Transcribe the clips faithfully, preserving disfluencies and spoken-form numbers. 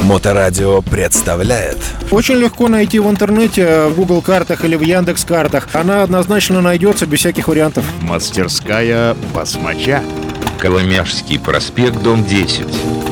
Моторадио представляет. Очень легко найти в интернете, в Google картах или в Яндекс картах. Она однозначно найдется без всяких вариантов. Мастерская басмача. Коломяжский проспект, дом десять.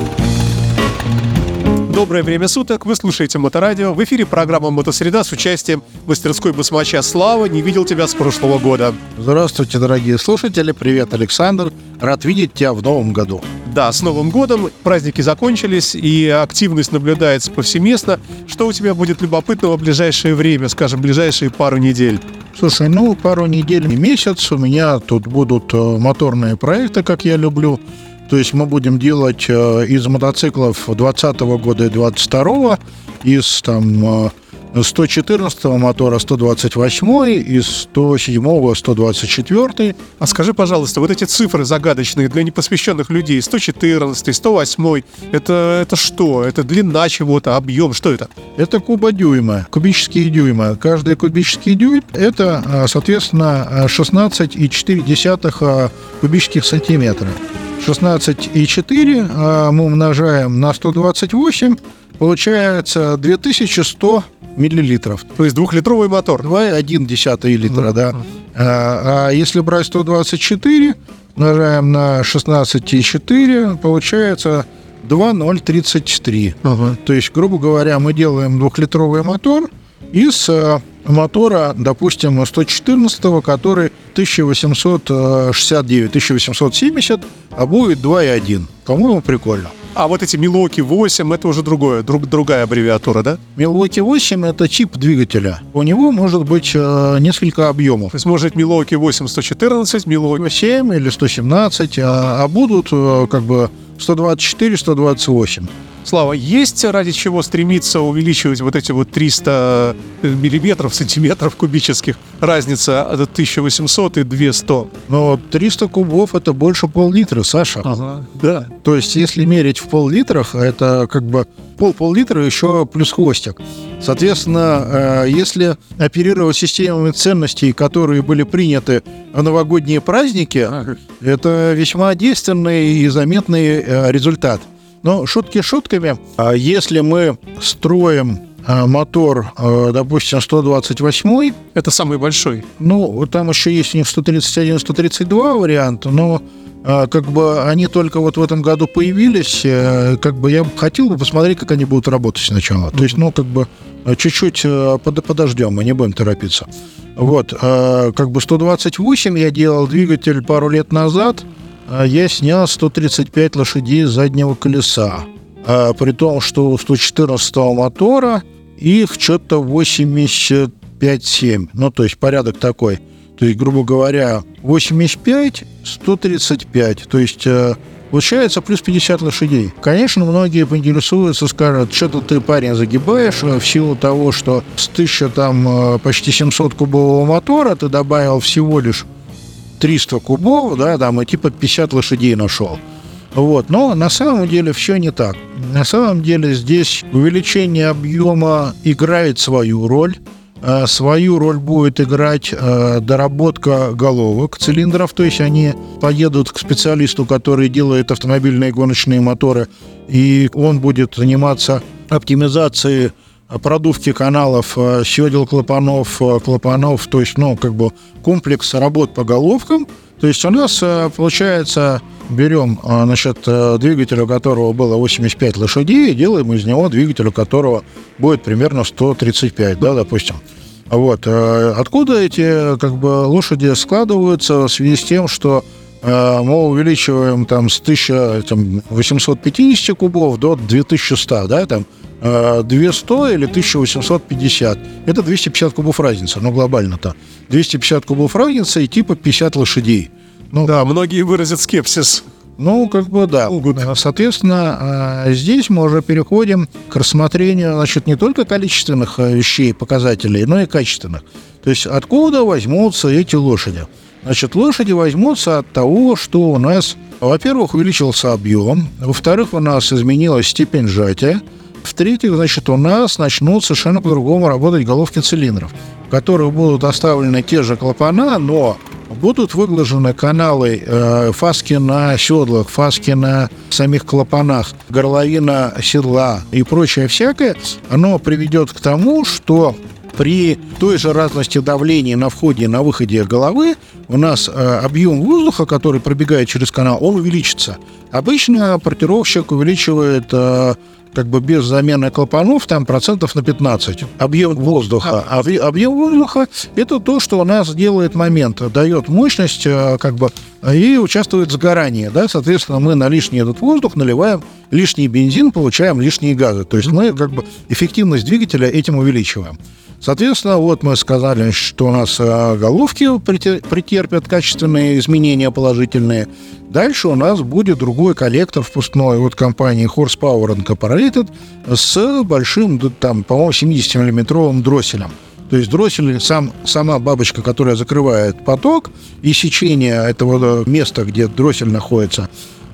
Доброе время суток, вы слушаете Моторадио. В эфире программа «Мотосреда» с участием мастерской басмача Слава. Не видел тебя с прошлого года. Здравствуйте, дорогие слушатели. Привет, Александр. Рад видеть тебя в новом году. Да, с Новым годом. Праздники закончились, и активность наблюдается повсеместно. Что у тебя будет любопытного в ближайшее время, скажем, ближайшие пару недель? Слушай, ну, пару недель и месяц у меня тут будут моторные проекты, как я люблю. То есть мы будем делать э, из мотоциклов двадцатого года и двадцать второго, из там э, сто четырнадцатого мотора сто двадцать восьмой, из сто седьмого сто двадцать четвёртый. А скажи, пожалуйста, вот эти цифры загадочные для непосвященных людей, сто четырнадцатый, сто восьмой, это, это что? Это длина чего-то, объем, что это? Это кубодюймы, кубические дюймы. Каждый кубический дюйм – это, соответственно, шестнадцать целых четыре десятых кубических сантиметра. шестнадцать целых четыре мы умножаем на сто двадцать восемь, получается две тысячи сто миллилитров. То есть двухлитровый мотор. два целых одна десятая литра, да. А, а если брать сто двадцать четыре, умножаем на шестнадцать целых четыре, получается два тысячи тридцать три. Ага. То есть, грубо говоря, мы делаем двухлитровый мотор из мотора, допустим, сто четырнадцатого, который тысяча восемьсот шестьдесят девять - тысяча восемьсот семьдесят, а будет два целых один. По-моему, прикольно. А вот эти Milwaukee восемь, это уже другое, друг, другая аббревиатура, да? Milwaukee восемь – это тип двигателя. У него может быть э, несколько объемов. То есть, может, Milwaukee восемь сто четырнадцать, Milwaukee семь или сто семнадцать, а, а будут э, как бы сто двадцать четыре - сто двадцать восемь. Слава, есть ради чего стремиться увеличивать вот эти вот триста миллиметров, сантиметров кубических? Разница от тысяча восемьсот и двести. Но триста кубов – это больше пол-литра, Саша. Ага, да. То есть, если мерить в пол-литрах, это как бы пол-пол-литра еще плюс хвостик. Соответственно, если оперировать системами ценностей, которые были приняты в новогодние праздники, ага, это весьма действенный и заметный результат. Но шутки шутками, если мы строим мотор, допустим, сто двадцать восьмой... Это самый большой. Ну, там еще есть у них сто тридцать один - сто тридцать два варианта, но как бы они только вот в этом году появились, как бы я хотел бы посмотреть, как они будут работать сначала. То есть, ну, как бы чуть-чуть подождем, мы не будем торопиться. Вот, как бы сто двадцать восемь я делал двигатель пару лет назад. Я снял сто тридцать пять лошадей с заднего колеса. А, при том, что у сто четырнадцатого мотора их что-то восемьдесят пять - семь. Ну, то есть порядок такой. То есть, грубо говоря, восемьдесят пять - сто тридцать пять. То есть получается плюс пятьдесят лошадей. Конечно, многие поинтересуются, скажут, что-то ты, парень, загибаешь в силу того, что с тысячи там почти семьсот кубового мотора ты добавил всего лишь триста кубов, да, там, и типа пятьдесят лошадей нашел. Вот. Но на самом деле все не так. На самом деле здесь увеличение объема играет свою роль. А свою роль будет играть а, доработка головок цилиндров, то есть они поедут к специалисту, который делает автомобильные гоночные моторы, и он будет заниматься оптимизацией продувки каналов, сёдел клапанов, клапанов, то есть, ну, как бы комплекс работ по головкам. То есть у нас, получается, берем, значит, двигатель, у которого было восемьдесят пять лошадей, и делаем из него двигатель, у которого будет примерно сто тридцать пять, да, допустим. Вот. Откуда эти, как бы, лошади складываются в связи с тем, что мы увеличиваем там с тысяча восемьсот пятьдесят кубов до две тысячи сто, да, там, двести или тысяча восемьсот пятьдесят. Это двести пятьдесят кубов разница, ну, глобально-то. двести пятьдесят кубов разница и типа пятьдесят лошадей. Ну, да, многие выразят скепсис. Ну, как бы, да. Соответственно, здесь мы уже переходим к рассмотрению, значит, не только количественных вещей, показателей, но и качественных. То есть откуда возьмутся эти лошади? Значит, лошади возьмутся от того, что у нас, во-первых, увеличился объем, во-вторых, у нас изменилась степень сжатия, в-третьих, значит, у нас начнут совершенно по-другому работать головки цилиндров, в которых будут оставлены те же клапана, но будут выглажены каналы, э, фаски на седлах, фаски на самих клапанах, горловина седла и прочее всякое, оно приведет к тому, что при той же разности давлений на входе и на выходе головы у нас э, объем воздуха, который пробегает через канал, он увеличится. Обычно портировщик увеличивает э, как бы без замены клапанов там процентов на пятнадцать объем воздуха. А объем воздуха – это то, что у нас делает момент, дает мощность э, как бы и участвует в сгорании. Да? Соответственно, мы на лишний этот воздух наливаем лишний бензин, получаем лишние газы. То есть мы как бы эффективность двигателя этим увеличиваем. Соответственно, вот мы сказали, что у нас головки претерпят качественные изменения положительные. Дальше у нас будет другой коллектор впускной от компании Horsepower Incorporated с большим, там, по-моему, семидесятимиллиметровым дросселем. То есть дроссель, сам, сама бабочка, которая закрывает поток, и сечение этого места, где дроссель находится,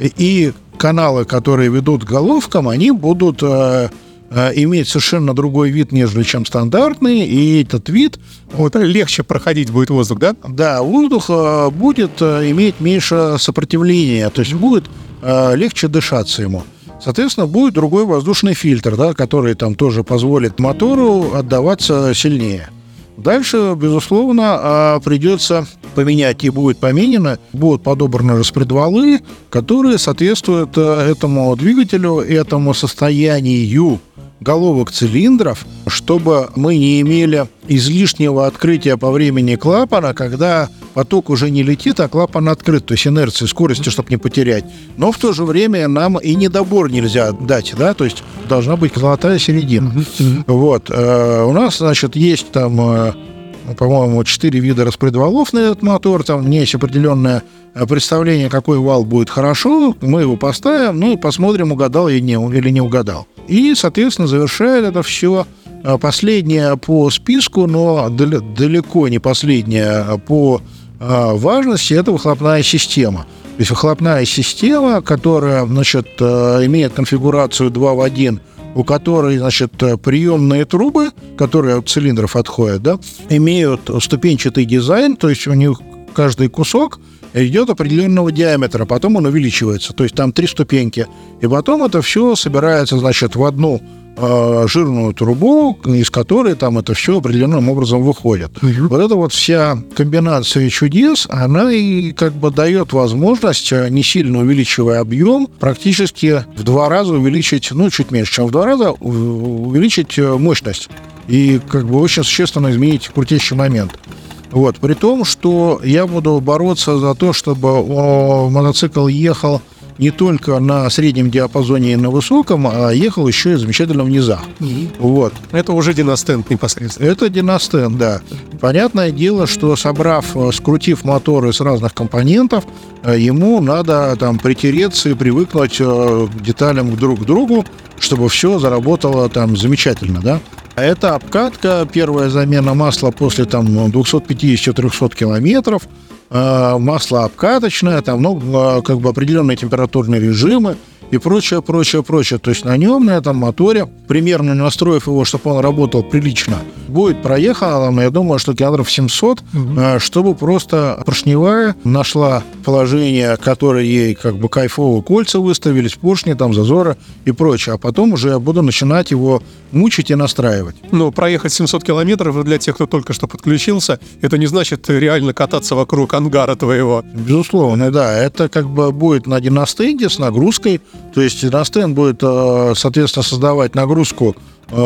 и каналы, которые ведут к головкам, они будут э, э, иметь совершенно другой вид, нежели чем стандартный, и этот вид... Вот легче проходить будет воздух, да? Да, воздух э, будет э, иметь меньше сопротивления, то есть будет э, легче дышаться ему. Соответственно, будет другой воздушный фильтр, да, который там тоже позволит мотору отдаваться сильнее. Дальше, безусловно, придется поменять, и будет поменено, будут подобраны распредвалы, которые соответствуют этому двигателю, этому состоянию головок цилиндров, чтобы мы не имели излишнего открытия по времени клапана, когда поток уже не летит, а клапан открыт, то есть инерции, скорости, чтобы не потерять. Но в то же время нам и недобор нельзя дать, да, то есть должна быть золотая середина. Mm-hmm. Вот. У нас, значит, есть там, по-моему, четыре вида распредвалов на этот мотор, там у меня есть определенное представление, какой вал будет хорошо, мы его поставим, ну и посмотрим, угадал я не, или не угадал. И, соответственно, завершает это все последнее по списку, но далеко не последнее по важности, это выхлопная система. То есть выхлопная система, которая, значит, имеет конфигурацию два в один, у которой, значит, приемные трубы, которые от цилиндров отходят, да, имеют ступенчатый дизайн, то есть у них каждый кусок идет определенного диаметра, потом он увеличивается, то есть там три ступеньки, и потом это все собирается, значит, в одну э, жирную трубу, из которой там это все определенным образом выходит. Uh-huh. Вот эта вот вся комбинация чудес, она и как бы дает возможность, не сильно увеличивая объем, практически в два раза увеличить, ну, чуть меньше, чем в два раза увеличить мощность и как бы очень существенно изменить крутящий момент. Вот, при том, что я буду бороться за то, чтобы о, мотоцикл ехал не только на среднем диапазоне и на высоком, а ехал еще и замечательно в низах. Mm-hmm. Вот. Это уже диностенд непосредственно. Это диностенд, да. Понятное дело, что собрав, скрутив моторы с разных компонентов, ему надо там притереться и привыкнуть к деталям друг к другу, чтобы все заработало там замечательно, да. Это обкатка, первая замена масла после там двести пятьдесят - триста километров, э, масло обкаточное, там, ну, как бы определенные температурные режимы и прочее, прочее, прочее. То есть на нем, на этом моторе, примерно настроив его, чтобы он работал прилично, будет проехал, я думаю, что километров семьсот, угу. э, чтобы просто поршневая нашла положение, которое ей как бы кайфово, кольца выставились, поршни, там, зазоры и прочее. А потом уже я буду начинать его мучить и настраивать. Ну, проехать семьсот километров для тех, кто только что подключился, это не значит реально кататься вокруг ангара твоего. Безусловно, да. Это как бы будет на диностенде с нагрузкой. То есть диностенд будет, соответственно, создавать нагрузку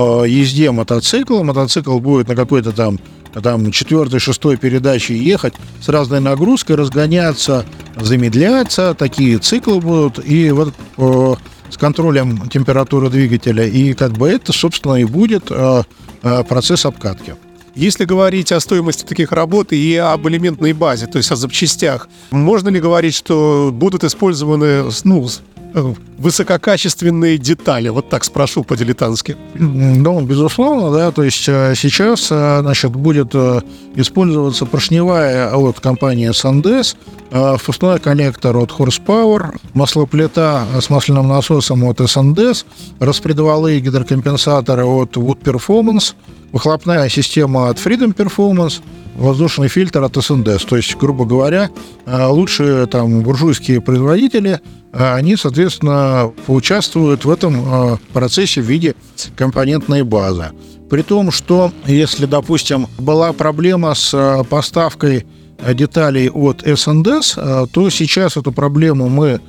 езде мотоцикла. Мотоцикл будет на какой-то там, там четвертой, шестой передаче ехать с разной нагрузкой, разгоняться, замедляться. Такие циклы будут. И вот с контролем температуры двигателя. И как бы это, собственно, и будет э, э, процесс обкатки. Если говорить о стоимости таких работ и об элементной базе, то есть о запчастях, можно ли говорить, что будут использованы, ну, э, высококачественные детали? Вот так спрошу по-дилетантски. Ну, безусловно, да, то есть э, сейчас, э, значит, будет э, использоваться поршневая от компании Sandes, э, впускной коллектор от Horsepower, маслоплита с масляным насосом от эс эн дэ эс, распредвалы и гидрокомпенсаторы от Wood Performance, выхлопная система от Freedom Performance, воздушный фильтр от эс эн дэ эс. То есть, грубо говоря, лучшие там буржуйские производители, они, соответственно, поучаствуют в этом процессе в виде компонентной базы. При том, что если, допустим, была проблема с поставкой деталей от эс эн дэ эс, то сейчас эту проблему мы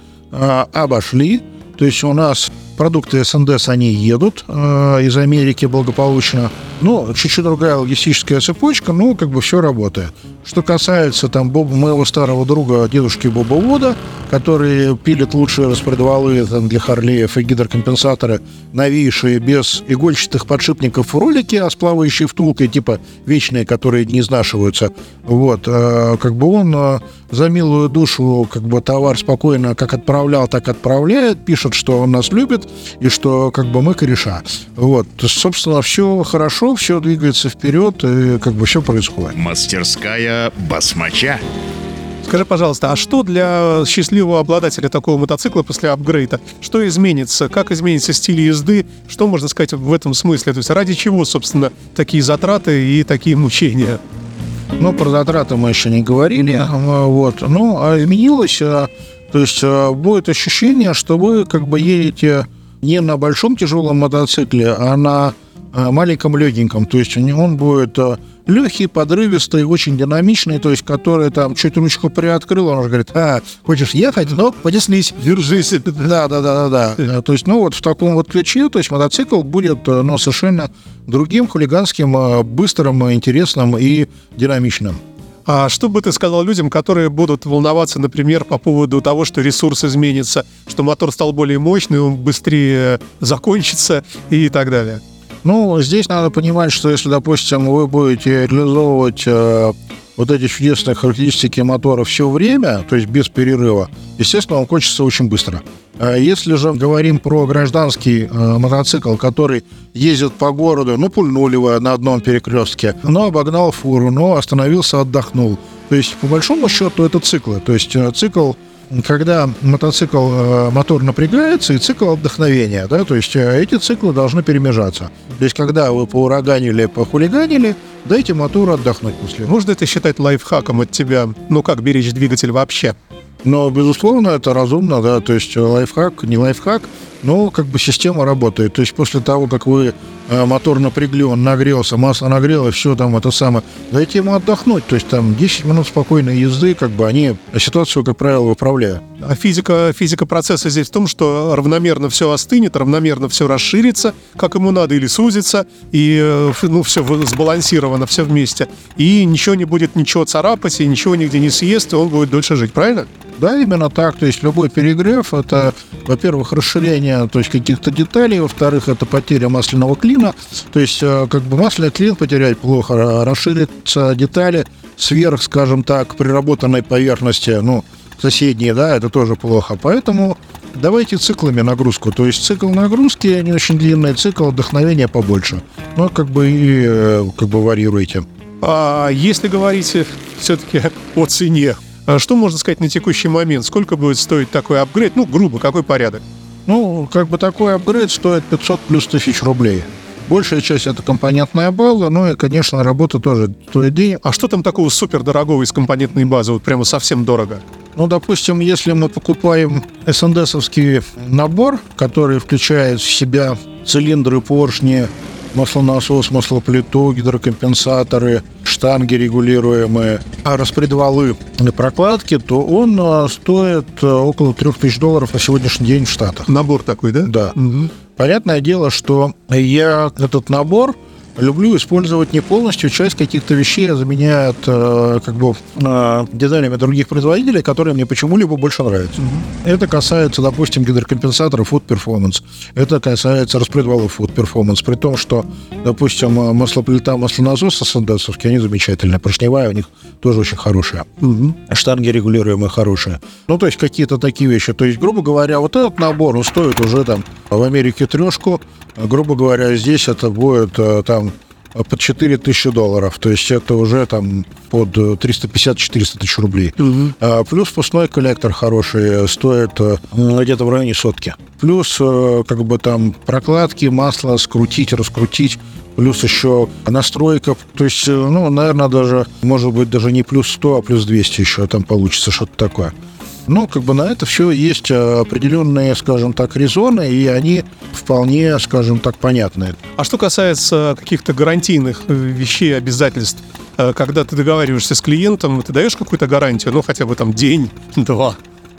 обошли. То есть у нас продукты эс эн дэ эс, они едут э, из Америки благополучно. Ну, чуть-чуть другая логистическая цепочка, но как бы все работает. Что касается там Боба, моего старого друга, дедушки Боба Вода, который пилит лучшие распредвалы там, для Харлеев и гидрокомпенсаторы, новейшие, без игольчатых подшипников ролики, а с плавающей втулкой, типа вечные, которые не изнашиваются. Вот, э, как бы он э, за милую душу как бы товар спокойно как отправлял, так отправляет, пишет, что он нас любит, и что как бы мы кореша. Вот. Собственно, все хорошо, все двигается вперед, и как бы все происходит. Мастерская басмача. Скажи, пожалуйста, а что для счастливого обладателя такого мотоцикла после апгрейда? Что изменится? Как изменится стиль езды? Что можно сказать в этом смысле? То есть ради чего, собственно, такие затраты и такие мучения? Ну, про затраты мы еще не говорили. Вот. Ну, а изменилось, то есть будет ощущение, что вы как бы едете не на большом тяжелом мотоцикле, а на маленьком легеньком. То есть он будет легкий, подрывистый, очень динамичный, то есть который там чуть ручку приоткрыл, он уже говорит: а, хочешь ехать? Ну, подеснись. Держись. Да, да, да, да, да. То есть, ну, вот в таком вот ключе, то есть мотоцикл будет, ну, совершенно другим, хулиганским, быстрым, интересным и динамичным. А что бы ты сказал людям, которые будут волноваться, например, по поводу того, что ресурс изменится, что мотор стал более мощный, он быстрее закончится и так далее? Ну, здесь надо понимать, что если, допустим, вы будете реализовывать э, вот эти чудесные характеристики мотора все время, то есть без перерыва, естественно, он кончится очень быстро. Если же говорим про гражданский э, мотоцикл, который ездит по городу, ну, пульнули вы на одном перекрестке, но обогнал фуру, но остановился, отдохнул. То есть, по большому счету, это циклы. То есть, э, цикл, когда мотоцикл, э, мотор напрягается, и цикл отдохновения, да, то есть, э, эти циклы должны перемежаться. То есть, когда вы поураганили, похулиганили, дайте мотору отдохнуть после. Можно это считать лайфхаком от тебя? Ну, как беречь двигатель вообще? Но, безусловно, это разумно, да, то есть лайфхак, не лайфхак, но как бы система работает. То есть после того, как вы э, мотор напрягли, он нагрелся, масло нагрелось, все там это самое, дайте ему отдохнуть. То есть там десять минут спокойной езды, как бы они ситуацию, как правило, выправляют. А физика, физика процесса здесь в том, что равномерно все остынет, равномерно все расширится, как ему надо, или сузится, и ну, все сбалансировано, все вместе. И ничего не будет ничего царапать, и ничего нигде не съест, и он будет дольше жить, правильно? Да, именно так. То есть любой перегрев — это, во-первых, расширение, то есть каких-то деталей, во-вторых, это потеря масляного клина. То есть как бы масляный клин потерять плохо, расширятся детали сверх, скажем так, приработанной поверхности, ну, соседние, да, это тоже плохо. Поэтому давайте циклами нагрузку. То есть цикл нагрузки не очень длинный, цикл вдохновения побольше. Ну, как бы и как бы варьируйте. А если говорить все-таки о цене, что можно сказать на текущий момент? Сколько будет стоить такой апгрейд? Ну, грубо, какой порядок? Ну, как бы такой апгрейд стоит пятьсот плюс тысяч рублей. Большая часть — это компонентная база, ну и, конечно, работа тоже стоит денег. А что там такого супердорогого из компонентной базы? Вот прямо совсем дорого. Ну, допустим, если мы покупаем эс эн дэ эсовский набор, который включает в себя цилиндры, поршни, маслонасос, маслоплиту, гидрокомпенсаторы, штанги регулируемые, а распредвалы и прокладки, то он стоит около трех тысяч долларов на сегодняшний день в Штатах. Набор такой, да? Да. Угу. Понятное дело, что я этот набор люблю использовать не полностью, часть каких-то вещей заменяют э, как бы э, деталями других производителей, которые мне почему-либо больше нравятся. Mm-hmm. Это касается, допустим, гидрокомпенсаторов Food Performance, это касается распредвалов Food Performance, при том, что, допустим, маслоплита, маслонасоса сандесовские, они замечательные, поршневая у них тоже очень хорошая, mm-hmm. штанги регулируемые хорошие. Ну, то есть какие-то такие вещи. То есть, грубо говоря, вот этот набор, он стоит уже там в Америке трешку, грубо говоря, здесь это будет там под четыре тысячи долларов, то есть это уже там под триста пятьдесят - четыреста тысяч рублей. Угу. А, плюс впускной коллектор хороший, стоит где-то в районе сотки. Плюс как бы там прокладки, масло скрутить, раскрутить, плюс еще настройка, то есть, ну, наверное, даже, может быть, даже не плюс сто, а плюс двести еще там получится что-то такое. Ну, как бы на это все есть определенные, скажем так, резоны, и они вполне, скажем так, понятны. А что касается каких-то гарантийных вещей, обязательств, когда ты договариваешься с клиентом, ты даешь какую-то гарантию, ну, хотя бы там день, два?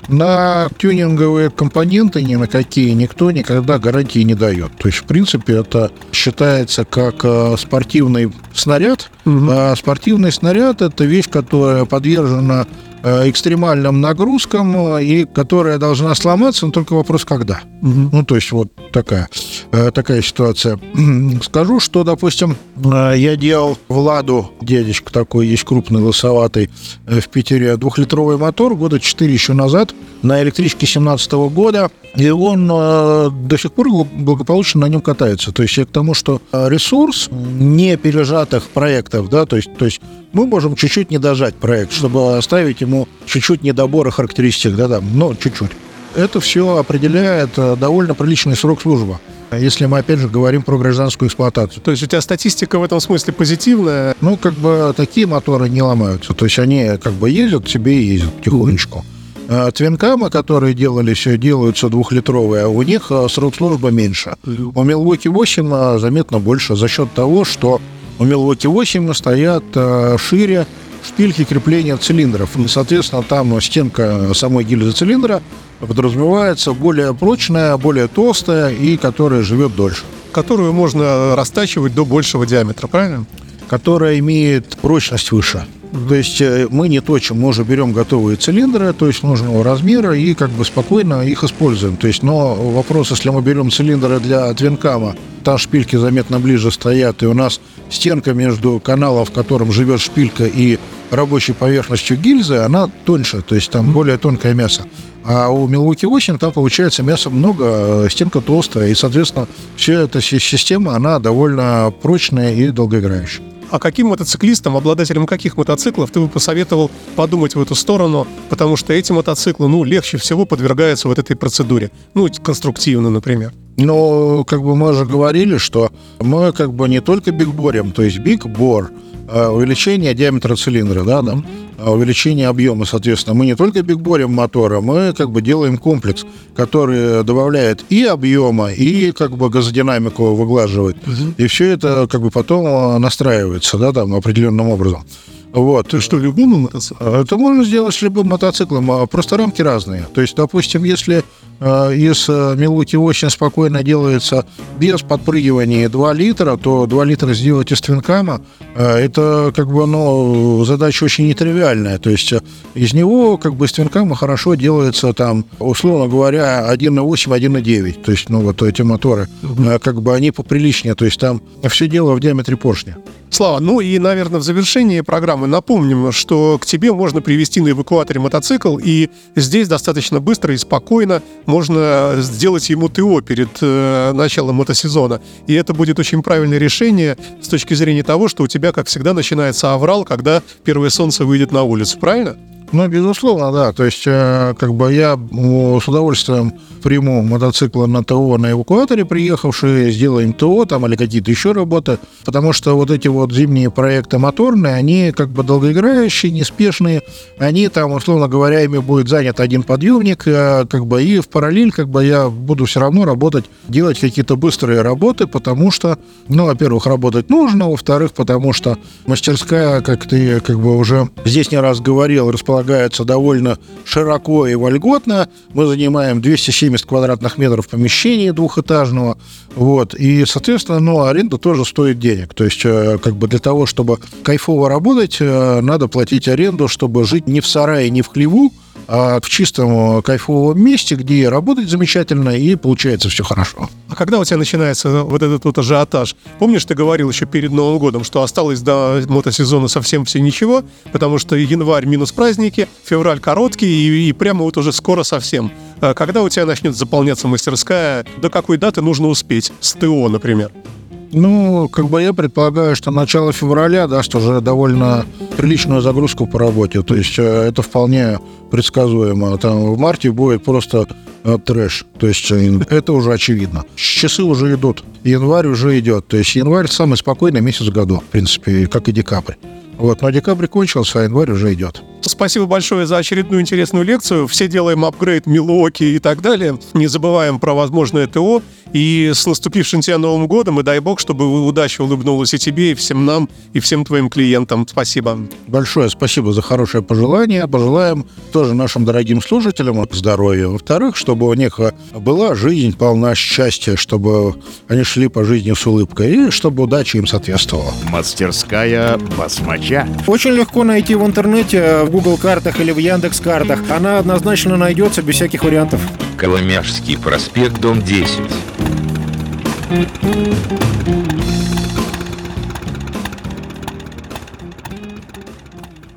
На тюнинговые компоненты ни на какие никто никогда гарантии не дает. То есть, в принципе, это считается как спортивный снаряд. Угу. А спортивный снаряд – это вещь, которая подвержена экстремальным нагрузкам и которая должна сломаться, но только вопрос когда. Угу. Ну, то есть вот такая, такая ситуация. Скажу, что, допустим, я делал Владу, дядечка такой, есть крупный, лысоватый, в Питере, двухлитровый мотор года четыре еще назад на электричке семнадцатого года, и он до сих пор благополучно на нем катается. То есть я к тому, что ресурс не пережатых проектов, да, то есть, то есть мы можем чуть-чуть не дожать проект, чтобы оставить ему чуть-чуть недобора характеристик, да, да, но чуть-чуть. Это все определяет довольно приличный срок службы, если мы, опять же, говорим про гражданскую эксплуатацию. То есть у тебя статистика в этом смысле позитивная? Ну, как бы такие моторы не ломаются. То есть они как бы ездят, себе и ездят потихонечку. А твинкамы, которые делались, делаются двухлитровые, а у них срок службы меньше. У Milwaukee восемь заметно больше за счет того, что у Milwaukee восемь стоят шире шпильки крепления цилиндров. И, соответственно, там стенка самой гильзы цилиндра подразумевается более прочная, более толстая и которая живет дольше. Которую можно растачивать до большего диаметра, правильно? Которая имеет прочность выше. Mm-hmm. То есть мы не точим, мы уже берем готовые цилиндры, то есть нужного размера, и как бы спокойно их используем. То есть, но вопрос, если мы берем цилиндры для твинкама, там шпильки заметно ближе стоят, и у нас стенка между каналом, в котором живет шпилька, и рабочей поверхностью гильзы, она тоньше, то есть там mm-hmm. более тонкое мясо. А у Milwaukee восемь там получается мяса много, стенка толстая, и, соответственно, вся эта система, она довольно прочная и долгоиграющая. А каким мотоциклистам, обладателям каких мотоциклов ты бы посоветовал подумать в эту сторону? Потому что эти мотоциклы, ну, легче всего подвергаются вот этой процедуре. Ну, конструктивно, например. Ну, как бы мы уже говорили, что мы как бы не только бигборим, то есть биг-бор, увеличение диаметра цилиндра, да, да, увеличение объема, соответственно. Мы не только бигборим мотора, мы как бы делаем комплекс, который добавляет и объема, и как бы газодинамику выглаживает. Угу. И все это как бы потом настраивается, да, там, определенным образом. Вот. Ты что, любому мотоциклу? Это можно сделать с любым мотоциклом, просто рамки разные. То есть, допустим, если э, из Milwaukee восемь спокойно делается без подпрыгивания два литра, то два литра сделать из твинкама, э, это как бы, ну, задача очень нетривиальная. То есть из него как бы из твинкама хорошо делается там, условно говоря, один и восемь, один и девять. То есть, ну, вот эти моторы, э, как бы они поприличнее. То есть там все дело в диаметре поршня. Слава, ну и, наверное, в завершении программы напомним, что к тебе можно привезти на эвакуаторе мотоцикл, и здесь достаточно быстро и спокойно можно сделать ему ТО перед э, началом мотосезона. И это будет очень правильное решение с точки зрения того, что у тебя, как всегда, начинается аврал, когда первое солнце выйдет на улицу, правильно? Ну, безусловно, да. То есть, э, как бы я с удовольствием приму мотоцикл на ТО на эвакуаторе, приехавшие, сделаем ТО там или какие-то еще работы, потому что вот эти вот зимние проекты моторные, они как бы долгоиграющие, неспешные, они там, условно говоря, ими будет занят один подъемник, э, как бы, и в параллель, как бы, я буду все равно работать, делать какие-то быстрые работы, потому что, ну, во-первых, работать нужно, во-вторых, потому что мастерская, как ты, как бы, уже здесь не раз говорил, располагается располагается довольно широко и вольготно. Мы занимаем двести семьдесят квадратных метров помещения двухэтажного. Вот. И, соответственно, ну, аренда тоже стоит денег. То есть, как бы для того, чтобы кайфово работать, надо платить аренду, чтобы жить не в сарае, не в хлеву, а в чистом кайфовом месте, где работать замечательно и получается все хорошо. А когда у тебя начинается вот этот вот ажиотаж? Помнишь, ты говорил еще перед Новым годом, что осталось до мотосезона совсем все ничего, потому что январь минус праздники, февраль короткий и, и прямо вот уже скоро совсем. А когда у тебя начнет заполняться мастерская, до какой даты нужно успеть? С ТО, например. Ну, как бы я предполагаю, что начало февраля даст уже довольно приличную загрузку по работе. То есть это вполне предсказуемо. Там в марте будет просто э, трэш. То есть это уже очевидно. Часы уже идут. Январь уже идет. То есть январь самый спокойный месяц в году, в принципе, как и декабрь. Вот, но декабрь кончился, а январь уже идет. Спасибо большое за очередную интересную лекцию. Все делаем апгрейд, Милуоки и так далее. Не забываем про возможное ТО. И с наступившим тебя Новым годом, и дай бог, чтобы удача улыбнулась и тебе, и всем нам, и всем твоим клиентам. Спасибо. Большое спасибо за хорошее пожелание. Пожелаем тоже нашим дорогим слушателям здоровья. Во-вторых, чтобы у них была жизнь полна счастья, чтобы они шли по жизни с улыбкой, и чтобы удача им соответствовала. Мастерская Басмача. Очень легко найти в интернете, в Google картах или в Яндекс картах. Она однозначно найдется без всяких вариантов. Коломяжский проспект, дом десять.